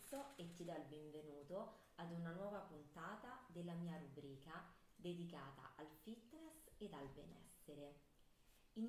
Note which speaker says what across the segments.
Speaker 1: Alice e ti do il benvenuto ad una nuova puntata della mia rubrica dedicata al fitness ed al benessere. Il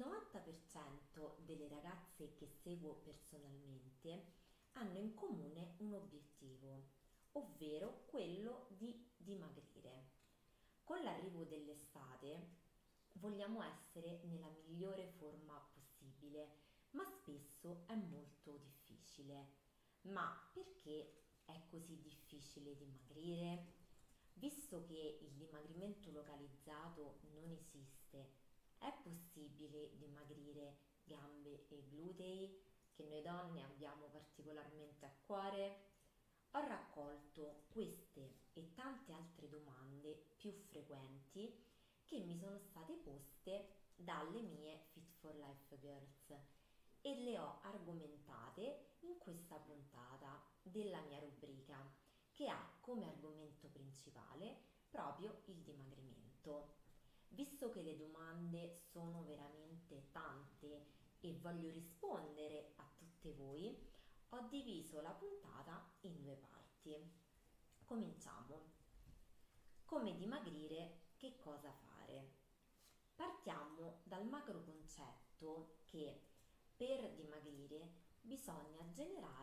Speaker 1: 90% delle ragazze che seguo personalmente hanno in comune un obiettivo, ovvero quello di dimagrire. Con l'arrivo dell'estate vogliamo essere nella migliore forma possibile, ma spesso è molto difficile. Ma perché è così difficile dimagrire? Visto che il dimagrimento localizzato non esiste, è possibile dimagrire gambe e glutei, che noi donne abbiamo particolarmente a cuore? Ho raccolto queste e tante altre domande più frequenti che mi sono state poste dalle mie Fit for Life Girls e le ho argomentate in questa puntata della mia rubrica, che ha come argomento principale proprio il dimagrimento. Visto che le domande sono veramente tante e voglio rispondere a tutte voi, ho diviso la puntata in due parti. Cominciamo. Come dimagrire, che cosa fare? Partiamo dal macro concetto che per dimagrire bisogna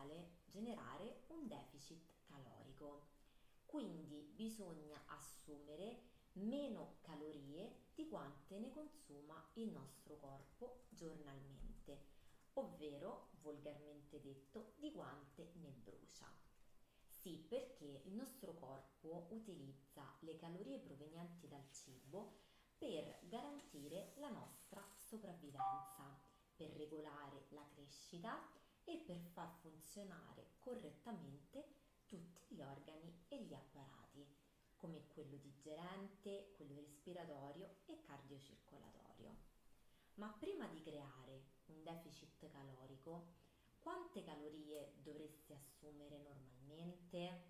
Speaker 1: generare un deficit calorico, quindi bisogna assumere meno calorie di quante ne consuma il nostro corpo giornalmente, ovvero, volgarmente detto, di quante ne brucia. Sì, perché il nostro corpo utilizza le calorie provenienti dal cibo per garantire la nostra sopravvivenza, per regolare la crescita e per far funzionare correttamente tutti gli organi e gli apparati, come quello digerente, quello respiratorio e cardiocircolatorio. Ma prima di creare un deficit calorico, quante calorie dovresti assumere normalmente?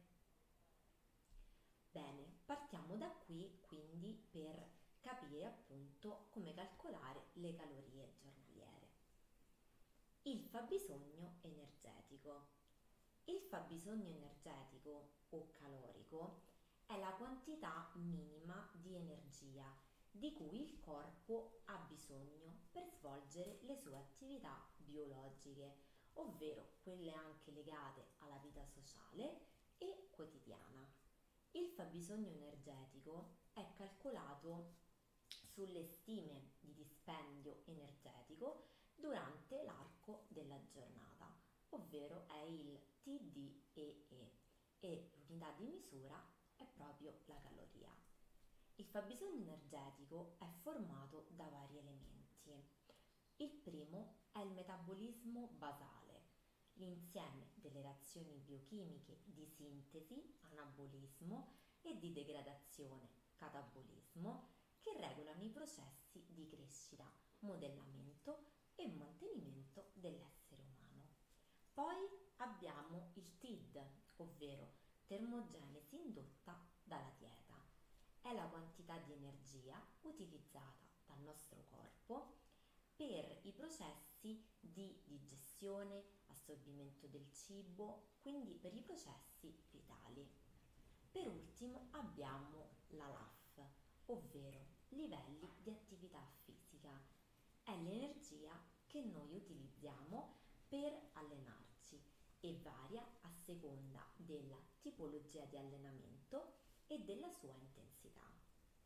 Speaker 1: Bene, partiamo da qui quindi per capire appunto come calcolare le calorie giornaliere. Il fabbisogno energetico. Il fabbisogno energetico o calorico è la quantità minima di energia di cui il corpo ha bisogno per svolgere le sue attività biologiche, ovvero quelle anche legate alla vita sociale e quotidiana. Il fabbisogno energetico è calcolato sulle stime di dispendio energetico durante l'arco della giornata, ovvero è il TDEE e l'unità di misura è proprio la caloria. Il fabbisogno energetico è formato da vari elementi. Il primo è il metabolismo basale, l'insieme delle reazioni biochimiche di sintesi, anabolismo e di degradazione, catabolismo, che regolano i processi di crescita, modellamento e mantenimento dell'essere umano. Poi abbiamo il TID, ovvero termogenesi indotta dalla dieta. È la quantità di energia utilizzata dal nostro corpo per i processi di digestione, assorbimento del cibo, quindi per i processi vitali. Per ultimo abbiamo la LAF, ovvero livelli di attività fisica. È l'energia che noi utilizziamo per allenarci e varia a seconda della tipologia di allenamento e della sua intensità.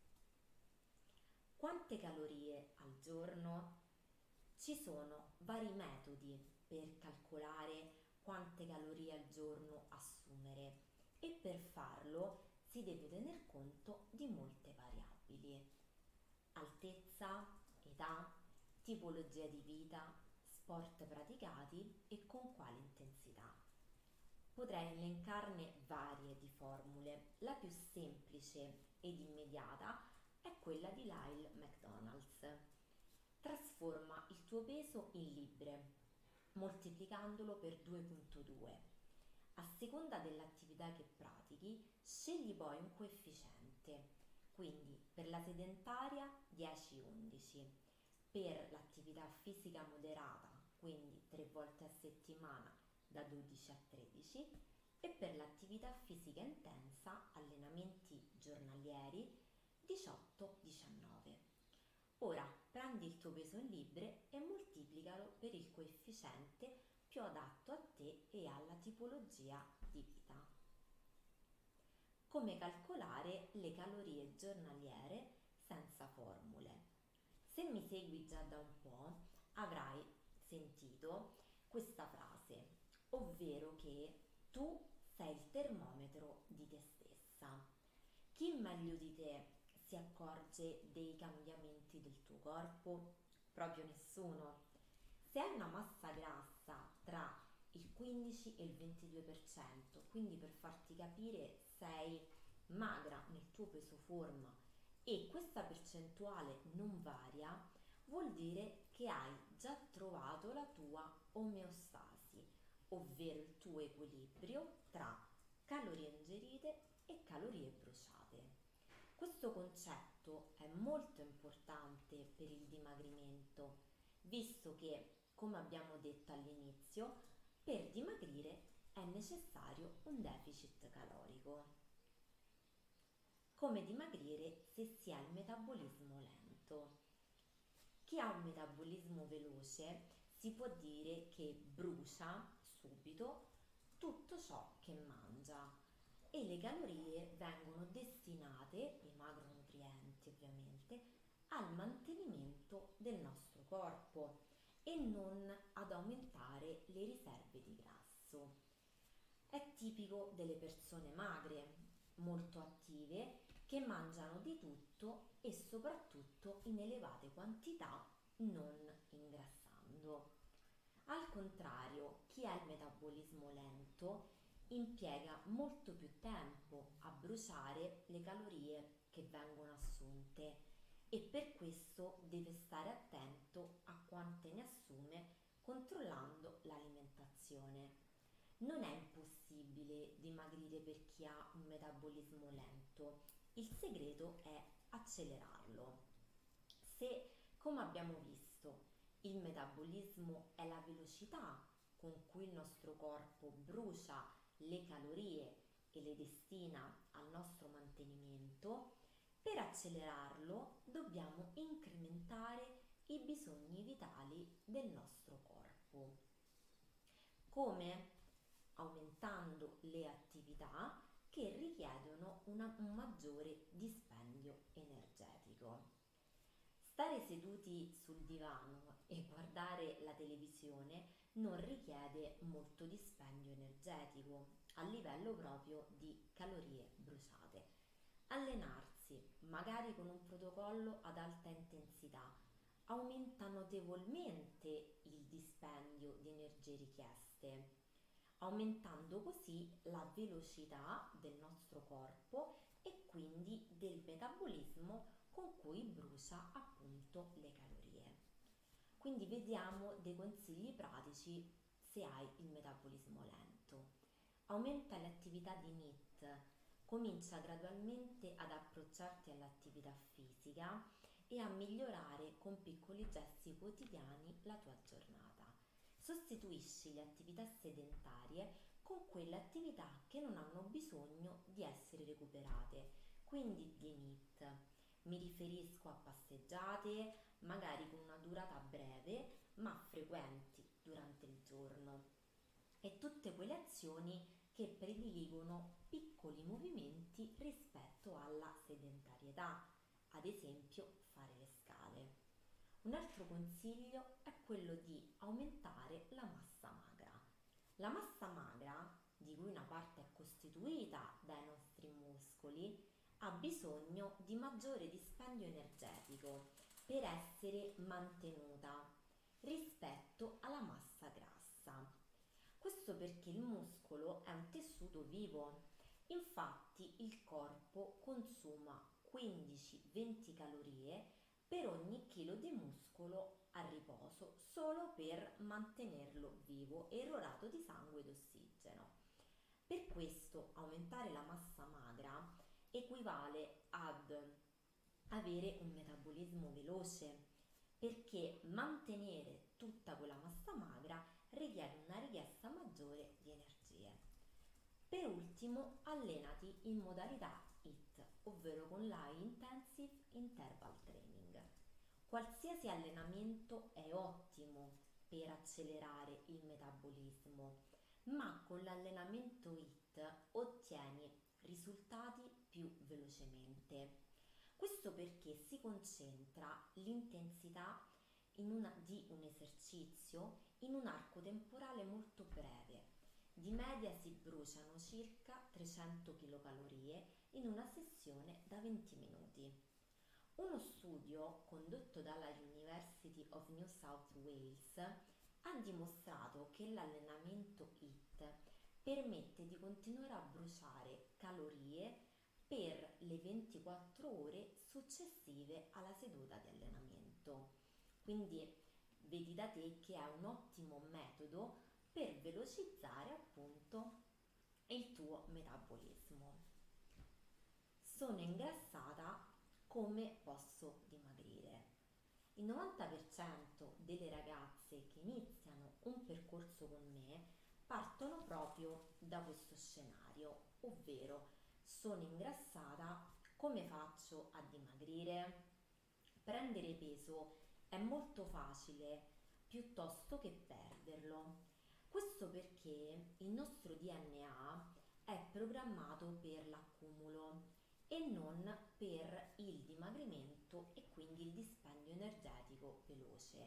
Speaker 1: Quante calorie al giorno? Ci sono vari metodi per calcolare quante calorie al giorno assumere e per farlo si deve tener conto di molte variabili: altezza, età, tipologia di vita, sport praticati e con quale intensità. Potrei elencarne varie di formule. La più semplice ed immediata è quella di Lyle McDonald's. Trasforma il tuo peso in libbre, moltiplicandolo per 2,2. A seconda dell'attività che pratichi, scegli poi un coefficiente. Quindi per la sedentaria 10-11, per l'attività fisica moderata, quindi 3 volte a settimana da 12 a 13, e per l'attività fisica intensa, allenamenti giornalieri 18-19. Ora prendi il tuo peso in libbre e moltiplicalo per il coefficiente più adatto a te e alla tipologia di vita. Come calcolare le calorie giornaliere senza formule. Se mi segui già da un po', avrai sentito questa frase, ovvero che tu sei il termometro di te stessa. Chi meglio di te si accorge dei cambiamenti del tuo corpo? Proprio nessuno. Se hai una massa grassa tra il 15 e il 22%, quindi per farti capire sei magra nel tuo peso forma e questa percentuale non varia, vuol dire che hai già trovato la tua omeostasi, ovvero il tuo equilibrio tra calorie ingerite e calorie bruciate. Questo concetto è molto importante per il dimagrimento, visto che, come abbiamo detto all'inizio, per dimagrire è necessario un deficit calorico. Come dimagrire se si ha il metabolismo lento? Chi ha un metabolismo veloce si può dire che brucia subito tutto ciò che mangia e le calorie vengono destinate, i macronutrienti ovviamente, al mantenimento del nostro corpo e non ad aumentare le riserve di grasso. È tipico delle persone magre, molto attive, che mangiano di tutto e soprattutto in elevate quantità, non ingrassando. Al contrario, chi ha il metabolismo lento impiega molto più tempo a bruciare le calorie che vengono assunte e per questo deve stare attento a quante ne assume controllando l'alimentazione. Non è impossibile dimagrire per chi ha un metabolismo lento, il segreto è accelerarlo. Se, come abbiamo visto, il metabolismo è la velocità con cui il nostro corpo brucia le calorie e le destina al nostro mantenimento, per accelerarlo dobbiamo incrementare i bisogni vitali del nostro corpo. Come? Aumentando le attività che richiedono un maggiore dispendio energetico. Stare seduti sul divano e guardare la televisione non richiede molto dispendio energetico a livello proprio di calorie bruciate. Allenarsi, magari con un protocollo ad alta intensità, aumenta notevolmente il dispendio di energie richieste, aumentando così la velocità del nostro corpo e quindi del metabolismo con cui brucia appunto le calorie. Quindi vediamo dei consigli pratici se hai il metabolismo lento. Aumenta le attività di NEAT, comincia gradualmente ad approcciarti all'attività fisica e a migliorare con piccoli gesti quotidiani la tua giornata. Sostituisci le attività sedentarie con quelle attività che non hanno bisogno di essere recuperate, quindi di NEAT. Mi riferisco a passeggiate, magari con una durata breve, ma frequenti durante il giorno. E tutte quelle azioni che prediligono piccoli movimenti rispetto alla sedentarietà, ad esempio fare le scale. Un altro consiglio è quello di aumentare la massa magra. La massa magra, di cui una parte è costituita dai nostri muscoli, ha bisogno di maggiore dispendio energetico per essere mantenuta rispetto alla massa grassa. Questo perché il muscolo è un tessuto vivo, infatti il corpo consuma 15-20 calorie per ogni chilo di muscolo a riposo solo per mantenerlo vivo e irrorato di sangue ed ossigeno. Per questo aumentare la massa magra equivale ad avere un metabolismo veloce, perché mantenere tutta quella massa magra richiede una richiesta maggiore di energie. Per ultimo, allenati in modalità HIIT, ovvero con l'High Intensive Interval Training. Qualsiasi allenamento è ottimo per accelerare il metabolismo, ma con l'allenamento HIIT ottieni risultati più velocemente. Questo perché si concentra l'intensità di un esercizio in un arco temporale molto breve. Di media si bruciano circa 300 kcal in una sessione da 20 minuti. Uno studio condotto dalla University of New South Wales ha dimostrato che l'allenamento HIIT permette di continuare a bruciare calorie per le 24 ore successive alla seduta di allenamento. Quindi vedi da te che è un ottimo metodo per velocizzare appunto il tuo metabolismo. Sono ingrassata, come posso dimagrire? Il 90% delle ragazze che iniziano un percorso con me partono proprio da questo scenario, ovvero sono ingrassata, come faccio a dimagrire? Prendere peso è molto facile piuttosto che perderlo. Questo perché il nostro DNA è programmato per l'accumulo e non per il dimagrimento e quindi il dispendio energetico veloce.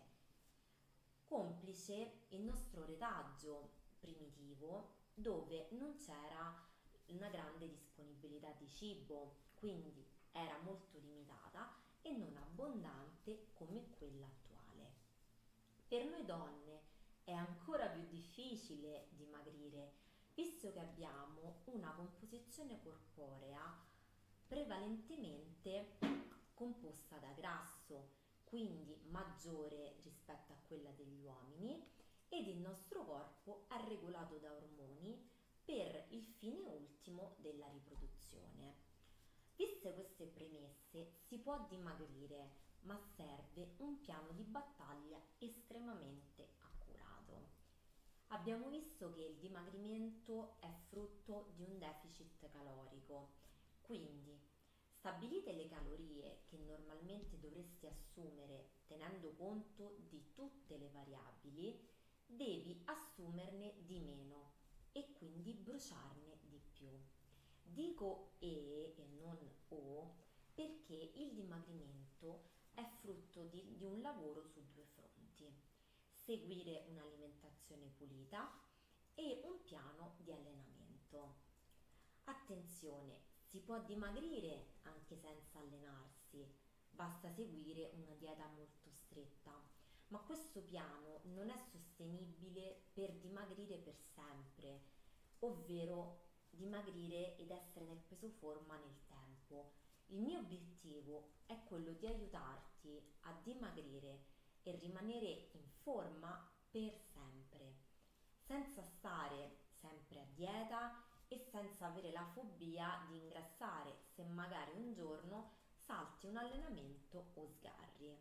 Speaker 1: Complice il nostro retaggio primitivo dove non c'era una grande disponibilità di cibo, quindi era molto limitata e non abbondante come quella attuale. Per noi donne è ancora più difficile dimagrire, visto che abbiamo una composizione corporea prevalentemente composta da grasso, quindi maggiore rispetto a quella degli uomini, ed il nostro corpo è regolato da ormoni per il fine ultimo della riproduzione. Viste queste premesse, si può dimagrire, ma serve un piano di battaglia estremamente accurato. Abbiamo visto che il dimagrimento è frutto di un deficit calorico, quindi stabilite le calorie che normalmente dovresti assumere tenendo conto di tutte le variabili, devi assumerne di meno e quindi bruciarne di più. Dico e non o perché il dimagrimento è frutto di un lavoro su due fronti: seguire un'alimentazione pulita e un piano di allenamento. Attenzione, si può dimagrire anche senza allenarsi, basta seguire una dieta molto stretta, ma questo piano non è sostenibile per dimagrire per sempre, ovvero dimagrire ed essere nel peso forma nel tempo. Il mio obiettivo è quello di aiutarti a dimagrire e rimanere in forma per sempre, senza stare sempre a dieta e senza avere la fobia di ingrassare se magari un giorno salti un allenamento o sgarri.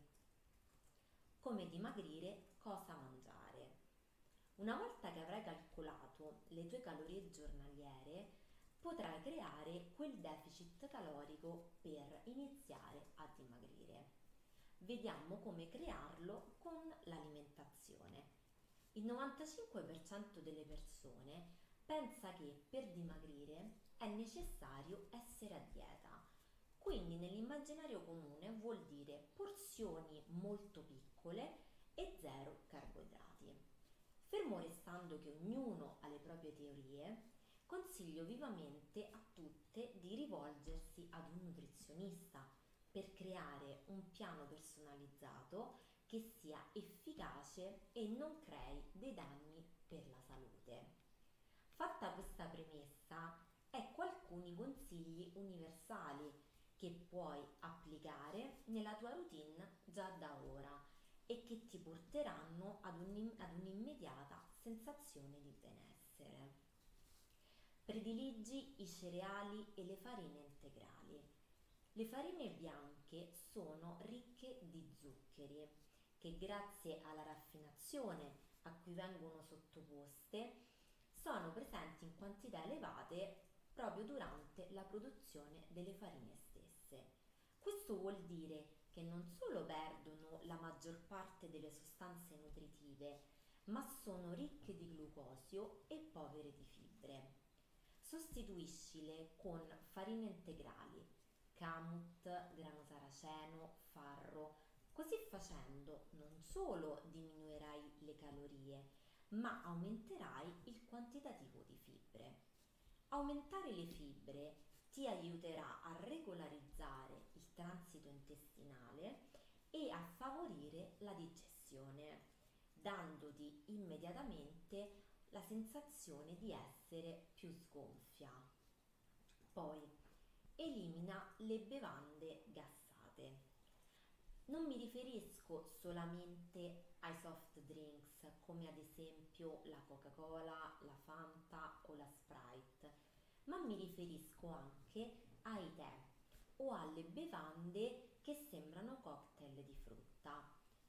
Speaker 1: Come dimagrire, cosa mangiare? Una volta che avrai calcolato le tue calorie giornaliere, potrai creare quel deficit calorico per iniziare a dimagrire. Vediamo come crearlo con l'alimentazione. Il 95% delle persone pensa che per dimagrire è necessario essere a dieta. Quindi nell'immaginario comune vuol dire porzioni molto piccole e zero carboidrati. Fermo restando che ognuno ha le proprie teorie, consiglio vivamente a tutte di rivolgersi ad un nutrizionista per creare un piano personalizzato che sia efficace e non crei dei danni per la salute. Fatta questa premessa, ecco alcuni consigli universali che puoi applicare nella tua routine già da ora e che ti porteranno ad un'immediata sensazione di benessere. Prediligi i cereali e le farine integrali. Le farine bianche sono ricche di zuccheri che grazie alla raffinazione a cui vengono sottoposte sono presenti in quantità elevate proprio durante la produzione delle farine stesse. Questo vuol dire che non solo perdono la maggior parte delle sostanze nutritive, ma sono ricche di glucosio e povere di fibre. Sostituiscile con farine integrali, kamut, grano saraceno, farro. Così facendo non solo diminuirai le calorie, ma aumenterai il quantitativo di fibre. Aumentare le fibre ti aiuterà a regolarizzare il transito intestinale e a favorire la digestione, dandoti immediatamente la sensazione di essere più sgonfia. Poi elimina le bevande gassate. Non mi riferisco solamente ai soft drinks come ad esempio la Coca-Cola, la Fanta o la Sprite, ma mi riferisco anche ai tè o alle bevande che sembrano cocktail di frutta.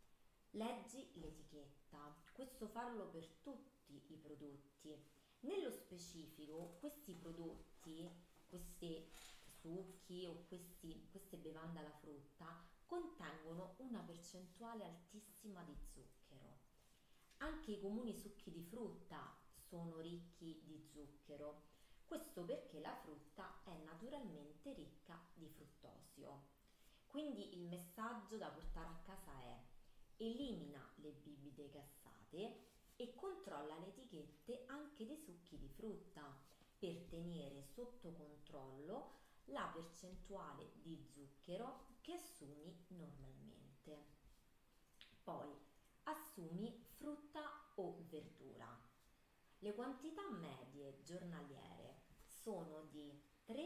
Speaker 1: Leggi l'etichetta, questo farlo per tutti i prodotti. Nello specifico, questi prodotti, questi succhi o queste bevande alla frutta contengono una percentuale altissima di zucchero. Anche i comuni succhi di frutta sono ricchi di zucchero. Questo perché la frutta è naturalmente ricca di fruttosio. Quindi il messaggio da portare a casa è: elimina le bibite gassate e controlla le etichette anche dei succhi di frutta per tenere sotto controllo la percentuale di zucchero che assumi normalmente. Poi assumi frutta o verdura. Le quantità medie giornaliere sono di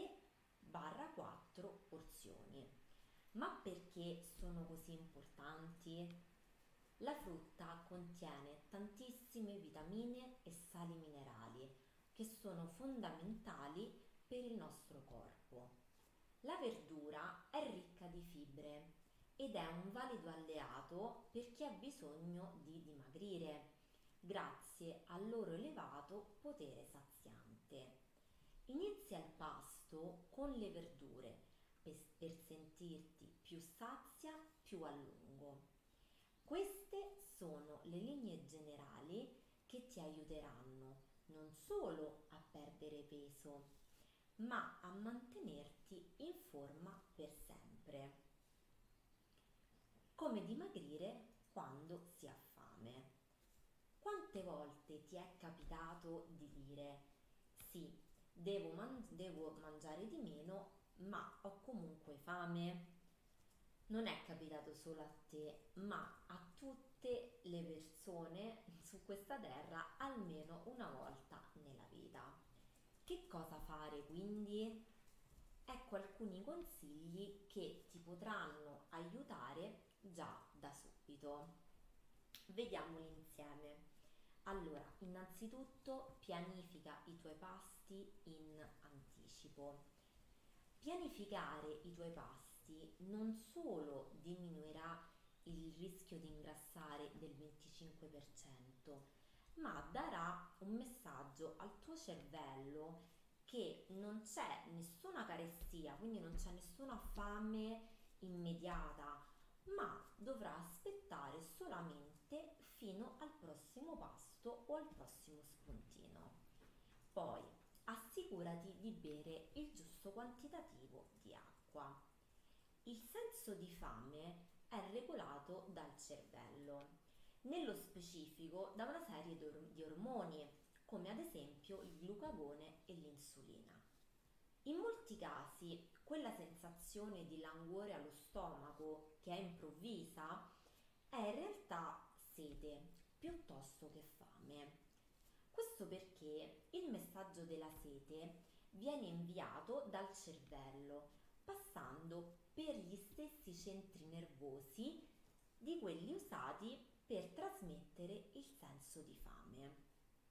Speaker 1: 3-4 porzioni. Ma perché sono così importanti? La frutta contiene tantissime vitamine e sali minerali che sono fondamentali per il nostro corpo. La verdura è ricca di fibre ed è un valido alleato per chi ha bisogno di dimagrire, grazie al loro elevato potere saziante. Inizia il pasto con le verdure per sentirti più sazia più a lungo. Queste sono le linee generali che ti aiuteranno non solo a perdere peso, ma a mantenerti in forma per sempre. Come dimagrire quando si ha fame? Quante volte ti è capitato di dire: sì, devo mangiare di meno, ma ho comunque fame? Non è capitato solo a te, ma a tutte le persone su questa terra almeno una volta nella vita. Che cosa fare quindi? Ecco alcuni consigli che ti potranno aiutare già da subito. Vediamoli insieme. Allora, innanzitutto pianifica i tuoi pasti in anticipo. Pianificare i tuoi pasti non solo diminuirà il rischio di ingrassare del 25%, ma darà un messaggio al tuo cervello che non c'è nessuna carestia, quindi non c'è nessuna fame immediata, ma dovrà aspettare solamente fino al prossimo pasto o al prossimo spuntino. Poi assicurati di bere il giusto quantitativo di acqua. Il senso di fame è regolato dal cervello, nello specifico da una serie di ormoni, come ad esempio il glucagone e l'insulina. In molti casi quella sensazione di languore allo stomaco, che è improvvisa, è in realtà sete piuttosto che fame. Questo perché il messaggio della sete viene inviato dal cervello, passando per gli stessi centri nervosi di quelli usati per trasmettere il senso di fame.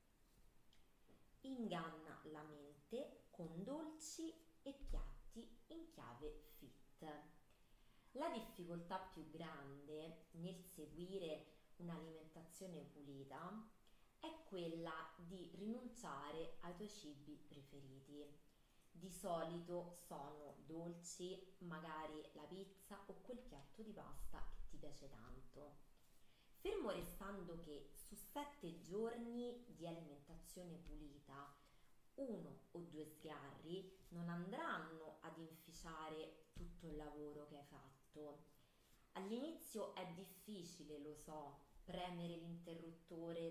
Speaker 1: Inganna la mente con dolci e piatti in chiave fit. La difficoltà più grande nel seguire un'alimentazione pulita è quella di rinunciare ai tuoi cibi preferiti. Di solito sono dolci, magari la pizza o quel piatto di pasta che ti piace tanto. Fermo restando che su 7 giorni di alimentazione pulita, uno o due sgarri non andranno ad inficiare tutto il lavoro che hai fatto. All'inizio è difficile, lo so, premere l'interruttore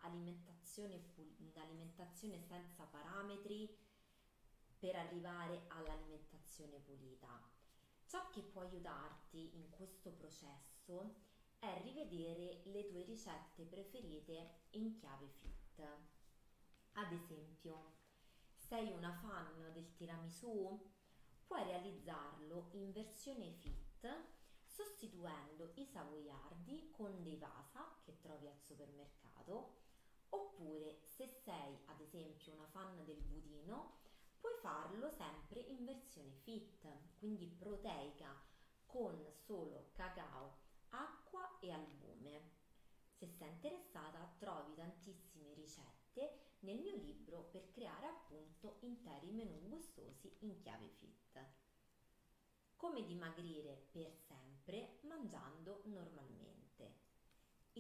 Speaker 1: da alimentazione senza parametri per arrivare all'alimentazione pulita. Ciò che può aiutarti in questo processo è rivedere le tue ricette preferite in chiave fit. Ad esempio, sei una fan del tiramisù? Puoi realizzarlo in versione fit sostituendo i savoiardi con dei vasa che trovi al supermercato, oppure se sei ad esempio una fan del budino, puoi farlo sempre in versione fit, quindi proteica, con solo cacao, acqua e albume. Se sei interessata, trovi tantissime ricette nel mio libro per creare appunto interi menù gustosi in chiave fit. Come dimagrire per sempre mangiando normalmente. Il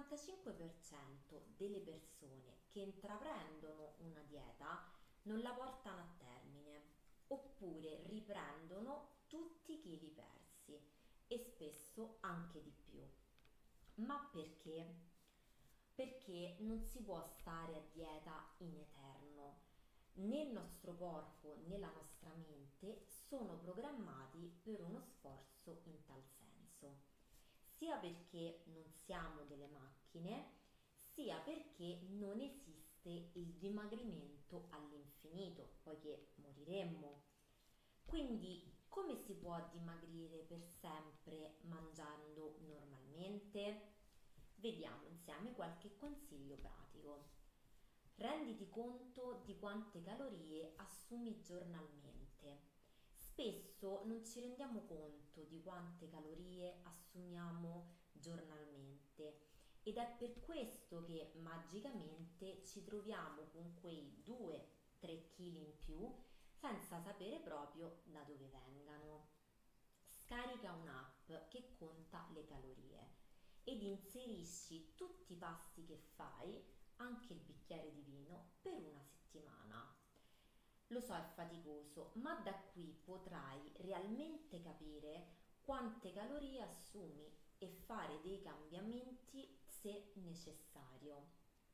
Speaker 1: 65% delle persone che intraprendono una dieta non la portano a termine, oppure riprendono tutti i chili persi e spesso anche di più. Ma perché? Perché non si può stare a dieta in eterno. Né il nostro corpo né la nostra mente sono programmati per uno sforzo in tal senso, sia perché non siamo delle macchine, sia perché non esiste il dimagrimento all'infinito, poiché moriremmo. Quindi come si può dimagrire per sempre mangiando normalmente? Vediamo insieme qualche consiglio pratico. Renditi conto di quante calorie assumi giornalmente. Spesso non ci rendiamo conto di quante calorie assumiamo giornalmente ed è per questo che magicamente ci troviamo con quei 2-3 kg in più senza sapere proprio da dove vengano. Scarica un'app che conta le calorie ed inserisci tutti i pasti che fai, anche il bicchiere di vino, per una settimana. Lo so, è faticoso, ma da qui potrai realmente capire quante calorie assumi e fare dei cambiamenti se necessario.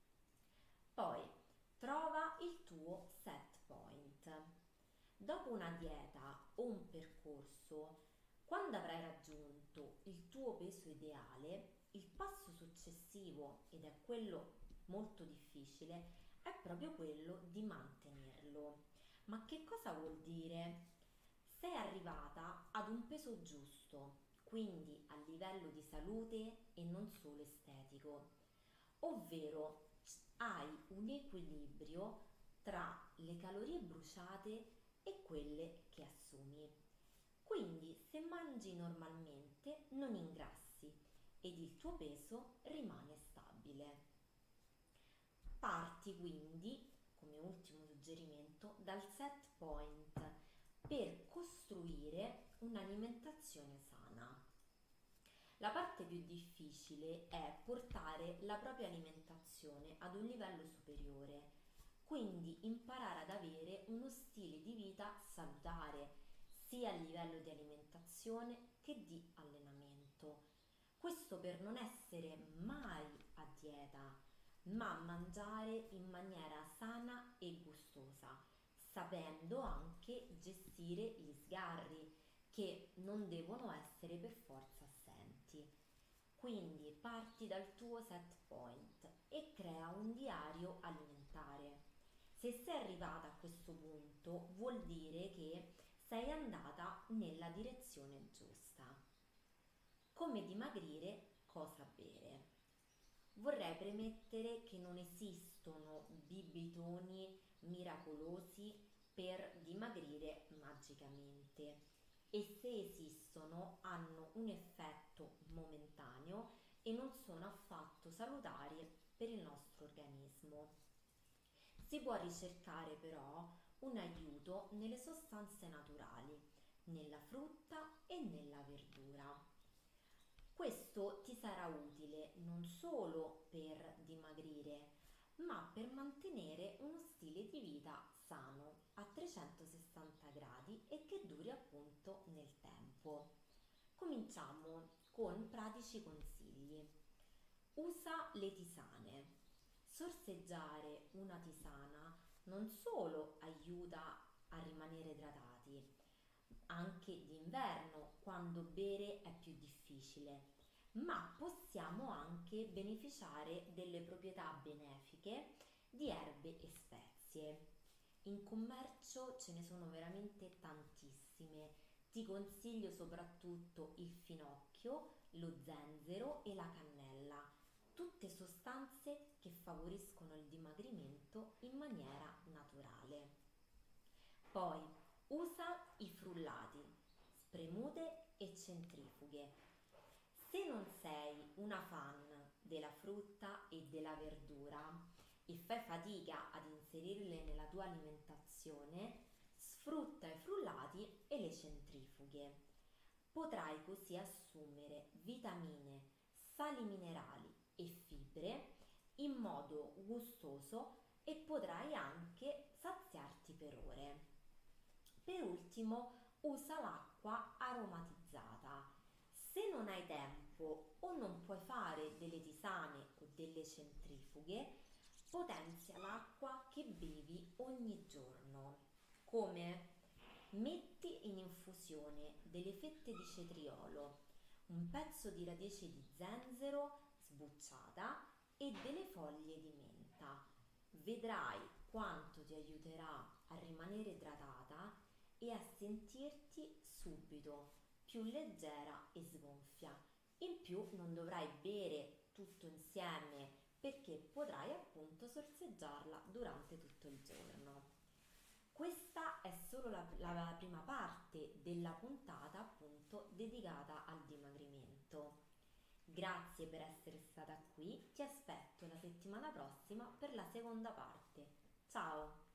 Speaker 1: Poi, trova il tuo set point. Dopo una dieta o un percorso, quando avrai raggiunto il tuo peso ideale, il passo successivo, ed è quello molto difficile, è proprio quello di mantenerlo. Ma che cosa vuol dire? Sei arrivata ad un peso giusto, quindi a livello di salute e non solo estetico, ovvero hai un equilibrio tra le calorie bruciate e quelle che assumi. Quindi se mangi normalmente non ingrassi ed il tuo peso rimane stabile. Parti quindi, come ultimo suggerimento, dal set point per costruire un'alimentazione sana. La parte più difficile è portare la propria alimentazione ad un livello superiore, quindi imparare ad avere uno stile di vita salutare, sia a livello di alimentazione che di allenamento. Questo per non essere mai a dieta, ma mangiare in maniera sana e gustosa, sapendo anche gestire gli sgarri che non devono essere per forza assenti. Quindi parti dal tuo set point e crea un diario alimentare. Se sei arrivata a questo punto, vuol dire che sei andata nella direzione giusta. Come dimagrire, cosa bere? Vorrei premettere che non esistono bibitoni miracolosi per dimagrire magicamente e se esistono hanno un effetto momentaneo e non sono affatto salutari per il nostro organismo. Si può ricercare però un aiuto nelle sostanze naturali, nella frutta e nella verdura. Questo ti sarà utile non solo per dimagrire, ma per mantenere uno stile di vita sano a 360 gradi e che duri appunto nel tempo. Cominciamo con pratici consigli. Usa le tisane. Sorseggiare una tisana non solo aiuta a rimanere idratati, anche d'inverno quando bere è più difficile, ma possiamo anche beneficiare delle proprietà benefiche di erbe e spezie. In commercio ce ne sono veramente tantissime. Ti consiglio soprattutto il finocchio, lo zenzero e la cannella, tutte sostanze che favoriscono il dimagrimento in maniera naturale. Poi usa i frullati, spremute e centrifughe. Se non sei una fan della frutta e della verdura e fai fatica ad inserirle nella tua alimentazione, sfrutta i frullati e le centrifughe. Potrai così assumere vitamine, sali minerali e fibre in modo gustoso e potrai anche saziarti per ore. Per ultimo, usa l'acqua aromatizzata. Se non hai tempo o non puoi fare delle tisane o delle centrifughe, potenzia l'acqua che bevi ogni giorno. Come? Metti in infusione delle fette di cetriolo, un pezzo di radice di zenzero sbucciata e delle foglie di menta. Vedrai quanto ti aiuterà a rimanere idratata e a sentirti subito più leggera e sgonfia. In più non dovrai bere tutto insieme perché potrai appunto sorseggiarla durante tutto il giorno. Questa è solo la prima parte della puntata appunto dedicata al dimagrimento. Grazie per essere stata qui, ti aspetto la settimana prossima per la seconda parte. Ciao!